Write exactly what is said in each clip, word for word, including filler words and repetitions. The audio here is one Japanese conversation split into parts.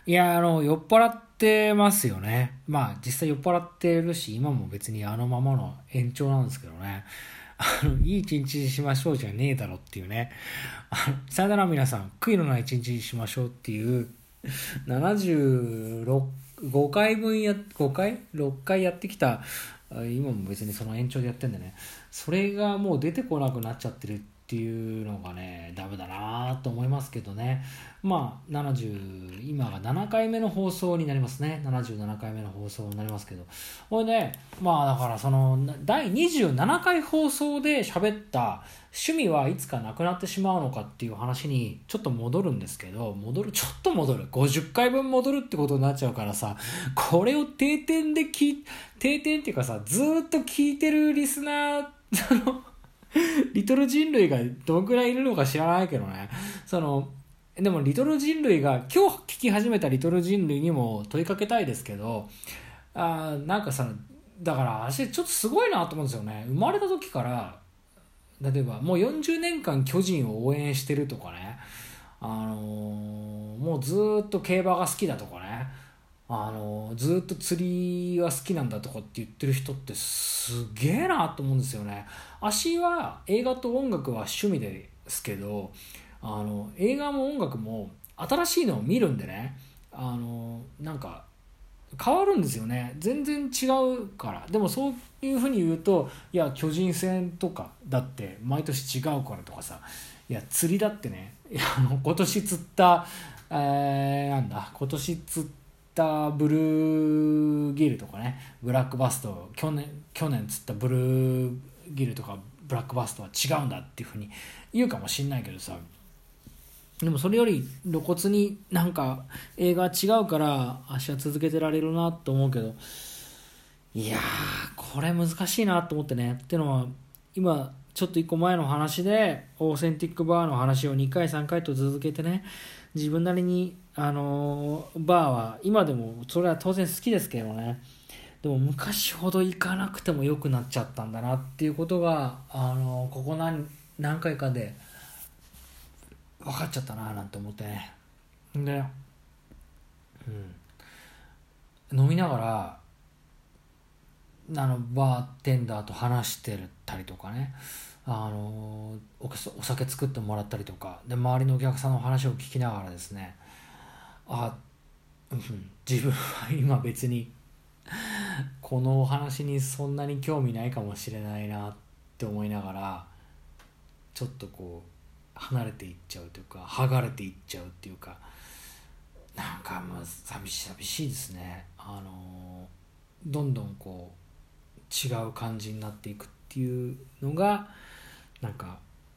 いや、あの、酔っ払ってますよね。まあ、実際酔っ払ってるし、今も別にあのままの延長なんですけどね。あの、いい一日にしましょうじゃねえだろっていうね。あの、さよなら皆さん、悔いのない一日にしましょうっていう、ななじゅうろく、ごかいぶんや、ごかい ?ろっ 回やってきた、今も別にその延長でやってんでね。それがもう出てこなくなっちゃってるっていうのがね、ダメだなと思いますけどね。まあ、ななじゅう、今がななかいめの放送になりますね。ななじゅうななかいめの放送になりますけど。これね、まあだからその、だいにじゅうななかい放送で喋った趣味はいつかなくなってしまうのかっていう話にちょっと戻るんですけど、戻る、ちょっと戻る。ごじゅっかいぶん戻るってことになっちゃうからさ、これを定点で聞い、定点っていうかさ、ずーっと聞いてるリスナー、その、リトル人類がどのくらいいるのか知らないけどね。その、でもリトル人類が今日聞き始めたリトル人類にも問いかけたいですけど、あなんかさ、だから私ちょっとすごいなと思うんですよね。生まれた時から例えばもうよんじゅうねんかん巨人を応援してるとかね、あのー、もうずっと競馬が好きだとかね、あのー、ずっと釣りが好きなんだとかって言ってる人ってすげえなと思うんですよね。足は映画と音楽は趣味ですけど、あの映画も音楽も新しいのを見るんでね、あのなんか変わるんですよね。全然違うから。でもそういうふうに言うと、いや巨人戦とかだって毎年違うからとかさ、いや釣りだってね、いやあの今年釣った、えー、なんだ今年釣ったブルーギルとかね、ブラックバスト、去年去年釣ったブルーギルとかブラックバストは違うんだっていうふうに言うかもしんないけどさ、でもそれより露骨になんか映画違うから足は続けてられるなと思うけど、いやーこれ難しいなと思ってね。ってのは今ちょっと一個前の話でオーセンティックバーの話をにかいさんかいと続けてね、自分なりにあのーバーは今でもそれは当然好きですけどね、でも昔ほど行かなくても良くなっちゃったんだなっていうことが、あのーここ何何回かで分かっちゃったななんて思ってね。で、うん、飲みながらあのバーテンダーと話してたりとかね、あの お, お酒作ってもらったりとかで、周りのお客さんの話を聞きながらですね、あ、うん、自分は今別にこのお話にそんなに興味ないかもしれないなって思いながら、ちょっとこう離れていっちゃうというか剥がれていっちゃうっていうか、なんかもう寂し寂しいですね。あのどんどんこう違う感じになっていくっていうのがなんか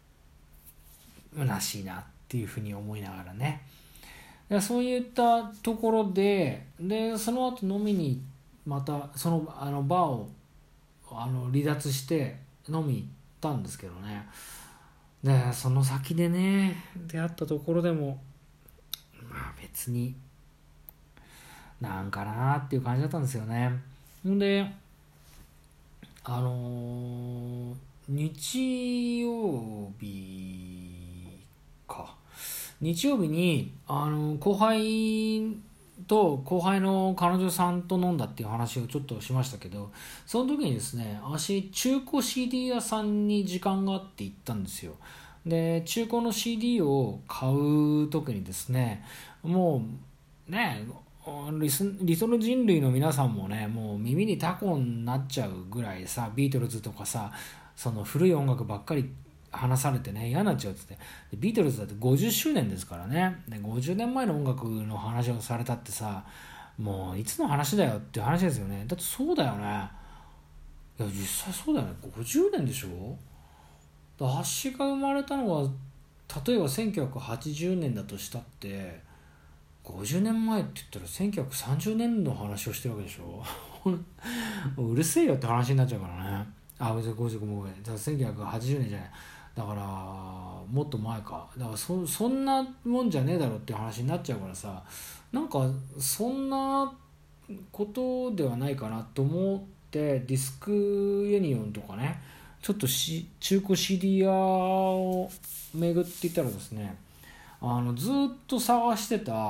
虚しいなっていうふうに思いながらね。そういったところで、でその後飲みにまたそのあのバーをあの離脱して飲み行ったんですけどね。でその先でね出会ったところでもまあ別になんかなっていう感じだったんですよね。ほんであのー日曜日か日曜日にあの後輩と後輩の彼女さんと飲んだっていう話をちょっとしましたけど、その時にですね、私中古 シーディー 屋さんに時間があって行ったんですよ。で中古の シーディー を買う時にですね、もうねリスリトル人類の皆さんもね、もう耳にタコになっちゃうぐらいさ、ビートルズとかさ、その古い音楽ばっかり話されてね嫌になっちゃうっつって、ビートルズだってごじゅっしゅうねんですからね。でごじゅうねんまえの音楽の話をされたってさ、もういつの話だよっていう話ですよね。だってそうだよね。いや実際そうだよね。ごじゅうねんでしょ。私が生まれたのは例えばせんきゅうひゃくはちじゅうねんだとしたってごじゅうねんまえって言ったらせんきゅうひゃくさんじゅうねんの話をしてるわけでしょうるせえよって話になっちゃうからね。あ、ごじゅうごめんごめん。だからせんきゅうひゃくはちじゅうねんじゃない。だからもっと前か。だから そ, そんなもんじゃねえだろっていう話になっちゃうからさ、なんかそんなことではないかなと思ってディスクユニオンとかね、ちょっとし中古 シーディー 屋を巡っていったらですね、あのずっと探してたあ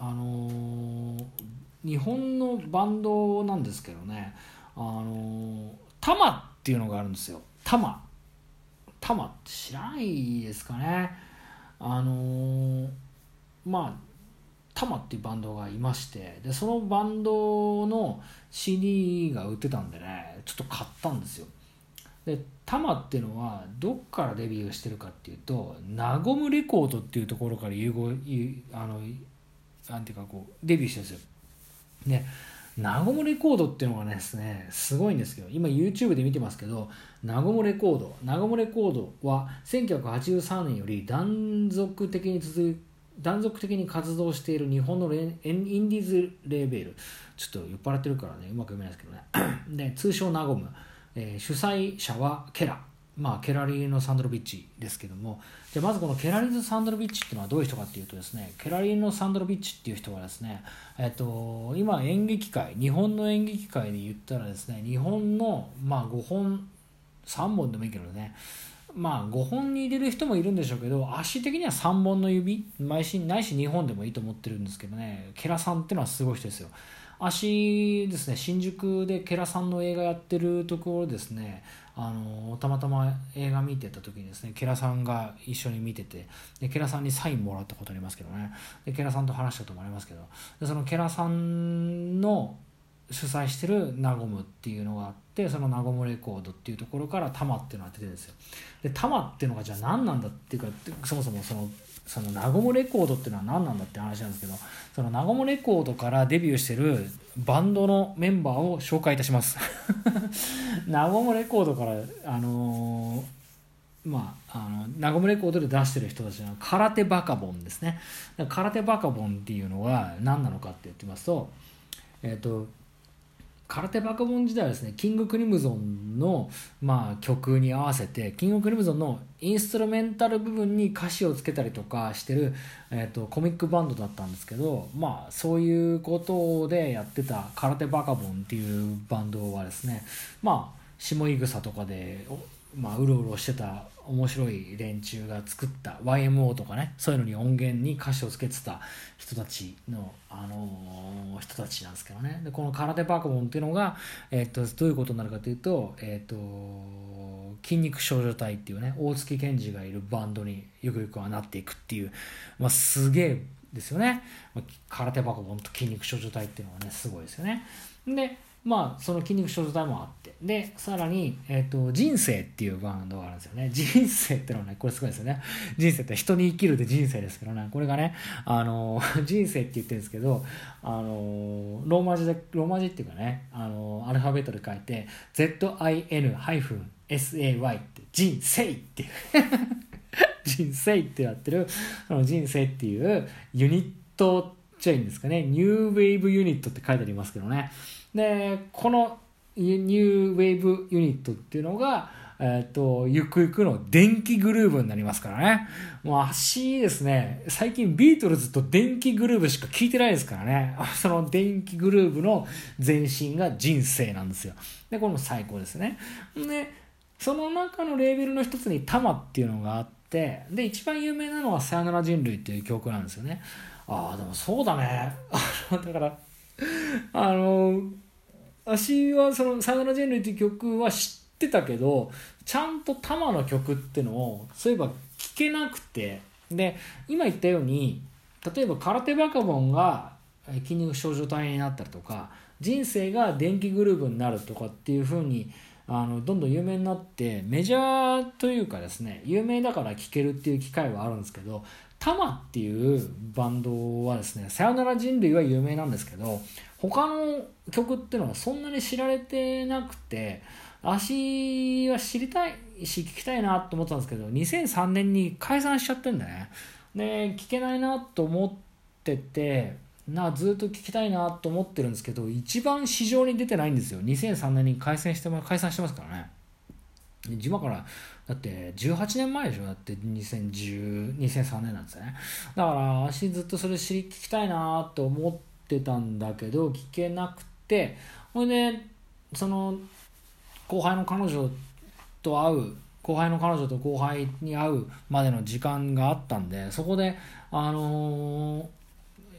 あのー、日本のバンドなんですけどね、あのー、タマっていうのがあるんですよ。タマタマって知らないですかね。あのー、まあタマっていうバンドがいまして、でそのバンドの シーディー が売ってたんでね、ちょっと買ったんですよ。でタマっていうのはどっからデビューしてるかっていうと、ナゴムレコードっていうところから融合あのなんていうかこうデビューしてるんですよ。でナゴムレコードっていうのがねですねすごいんですけど、今 YouTube で見てますけど、ナゴムレコードナゴムレコードはせんきゅうひゃくはちじゅうさんねんより断続的に続断続的に活動している日本のレインディーズレーベル、ちょっと酔っ払ってるからねうまく読めないですけどねで通称ナゴム、えー、主催者はケラ、まあケラリーノ・サンドロビッチですけども、じゃあまずこのケラリーノ・サンドロビッチっていうのはどういう人かっていうとですね、ケラリーノ・サンドロビッチっていう人はですね、えっと今演劇界、日本の演劇界で言ったらですね、日本のまあごほんさんぼんでもいいけどね、まあごほんに入れる人もいるんでしょうけど、足的にはさんぼんの指ないしないしにほんでもいいと思ってるんですけどね、ケラさんっていうのはすごい人ですよ。足ですね、新宿でケラさんの映画やってるところですね、あのたまたま映画見てた時にですね、ケラさんが一緒に見てて、でケラさんにサインもらったことありますけどね、でケラさんと話したこともありますけど、でそのケラさんの主催してるナゴムっていうのがあって、そのナゴムレコードっていうところからタマっていうのが出てるんですよ。でタマっていうのがじゃあ何なんだっていうか、そもそもそのそのナゴムレコードっていうのは何なんだって話なんですけど、そのナゴムレコードからデビューしてるバンドのメンバーを紹介いたしますナゴムレコードからあのーまあ、あのナゴムレコードで出してる人たちの空手バカボンですね。空手バカボンっていうのは何なのかって言ってますと、えっと空手バカボン時代はですね、キングクリムゾンの、まあ、曲に合わせて、キングクリムゾンのインストゥルメンタル部分に歌詞をつけたりとかしてる、えーと、コミックバンドだったんですけど、まあそういうことでやってた空手バカボンっていうバンドはですね、まあ下井草とかで、まあ、うろうろしてた面白い連中が作った ワイエムオー とかね、そういうのに音源に歌詞をつけてた人たちの、あのー、人たちなんですけどね。でこの空手バカボンっていうのが、えー、とどういうことになるかというと、えー、と筋肉少女隊っていうね、大月健二がいるバンドにゆくゆくはなっていくっていう、まあ、すげえですよね。空手バカボンと筋肉少女隊っていうのはねすごいですよね。でまあその筋肉少女隊もあって、でさらに、えー、と人生っていうバンドがあるんですよね。人生ってのはねこれすごいですよね。人生って人に生きるで人生ですけどね、これがねあの人生って言ってるんですけど、あのローマ字でローマ字っていうかね、あのアルファベットで書いて ゼットアイエヌエスエーワイ って人生っていう人生ってやってるその人生っていうユニットちゃいいんですかね、ニューウェーブユニットって書いてありますけどね。でこのニューウェーブユニットっていうのが、えー、とゆくゆくの電気グルーヴになりますからね。もう足ですね、最近ビートルズと電気グルーヴしか聞いてないですからね。その電気グルーヴの前身が人生なんですよ。でこれも最高ですね。でその中のレーベルの一つにタマっていうのがあって、で一番有名なのはさよなら人類っていう曲なんですよね。ああでもそうだねだからあの私はそのさよなら人類っていう曲は知ってたけど、ちゃんとタマの曲ってのをそういえば聞けなくて、で今言ったように例えば空手バカボンが筋肉少女隊になったりとか、人生が電気グルーヴになるとかっていう風にあのどんどん有名になって、メジャーというかですね、有名だから聴けるっていう機会はあるんですけど、タマっていうバンドはですね、さよなら人類は有名なんですけど、他の曲っていうのはそんなに知られてなくて、私は知りたいし聞きたいなと思ったんですけど、にせんさんねんに解散しちゃってんだね。で聞けないなと思ってて、なずっと聞きたいなと思ってるんですけど、一番市場に出てないんですよ。にせんさんねんに解散して解散してますからね。今からだってじゅうはちねんまえでしょ。だってにせんじゅう、にせんさんねんなんですよね。だから私ずっとそれ知り聞きたいなと思ってたんだけど聞けなくて、ほいでその後輩の彼女と会う後輩の彼女と後輩に会うまでの時間があったんで、そこであのー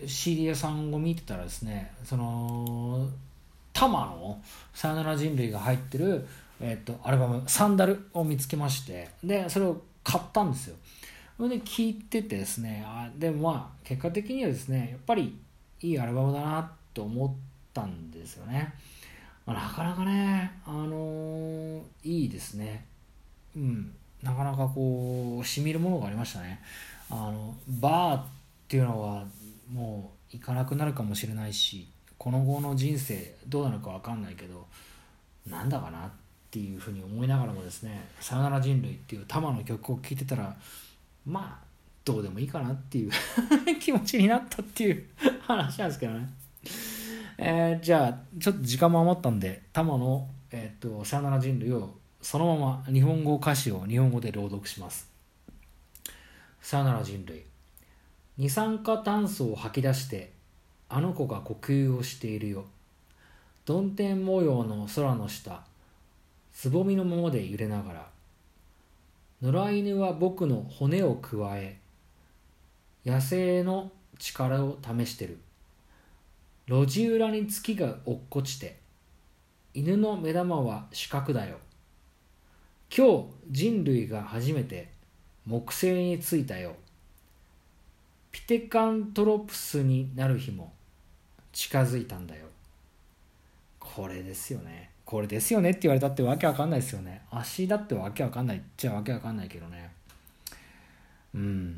シーディー 屋さんを見てたらですね、そのタマのさよなら人類が入ってる、えー、とアルバムサンダルを見つけまして、でそれを買ったんですよ。それで聴いててですね、あでもまあ結果的にはですね、やっぱりいいアルバムだなと思ったんですよね。まあ、なかなかね、あのーいいですね。うん、なかなかこうしみるものがありましたね。あのバーっていうのはもう行かなくなるかもしれないし、この後の人生どうなるか分かんないけど、なんだかなっていうふうに思いながらもですね、さよなら人類っていうタマの曲を聴いてたら、まあどうでもいいかなっていう気持ちになったっていう話なんですけどね。えー、じゃあちょっと時間も余ったんで、タマの、えー、とさよなら人類をそのまま日本語歌詞を日本語で朗読します。さよなら人類。二酸化炭素を吐き出してあの子が呼吸をしているよ。曇天模様の空の下、つぼみのままで揺れながら、野良犬は僕の骨をくわえ、野生の力を試してる。路地裏に月が落っこちて、犬の目玉は四角だよ。今日人類が初めて木星に着いたよ。ピテカントロプスになる日も近づいたんだよ。これですよね。これですよねって言われたってわけわかんないですよね。足だってわけわかんないっちゃわけわかんないけどね。うん、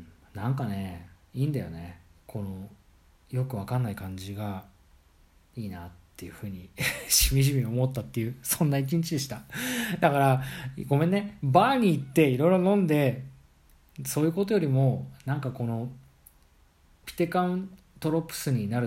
なんかね、いいんだよね。このよくわかんない感じがいいなっていうふうにしみじみ思ったっていう、そんな一日でした。だからごめんね、バーに行っていろいろ飲んで、そういうことよりもなんかこのピテカントロプスになる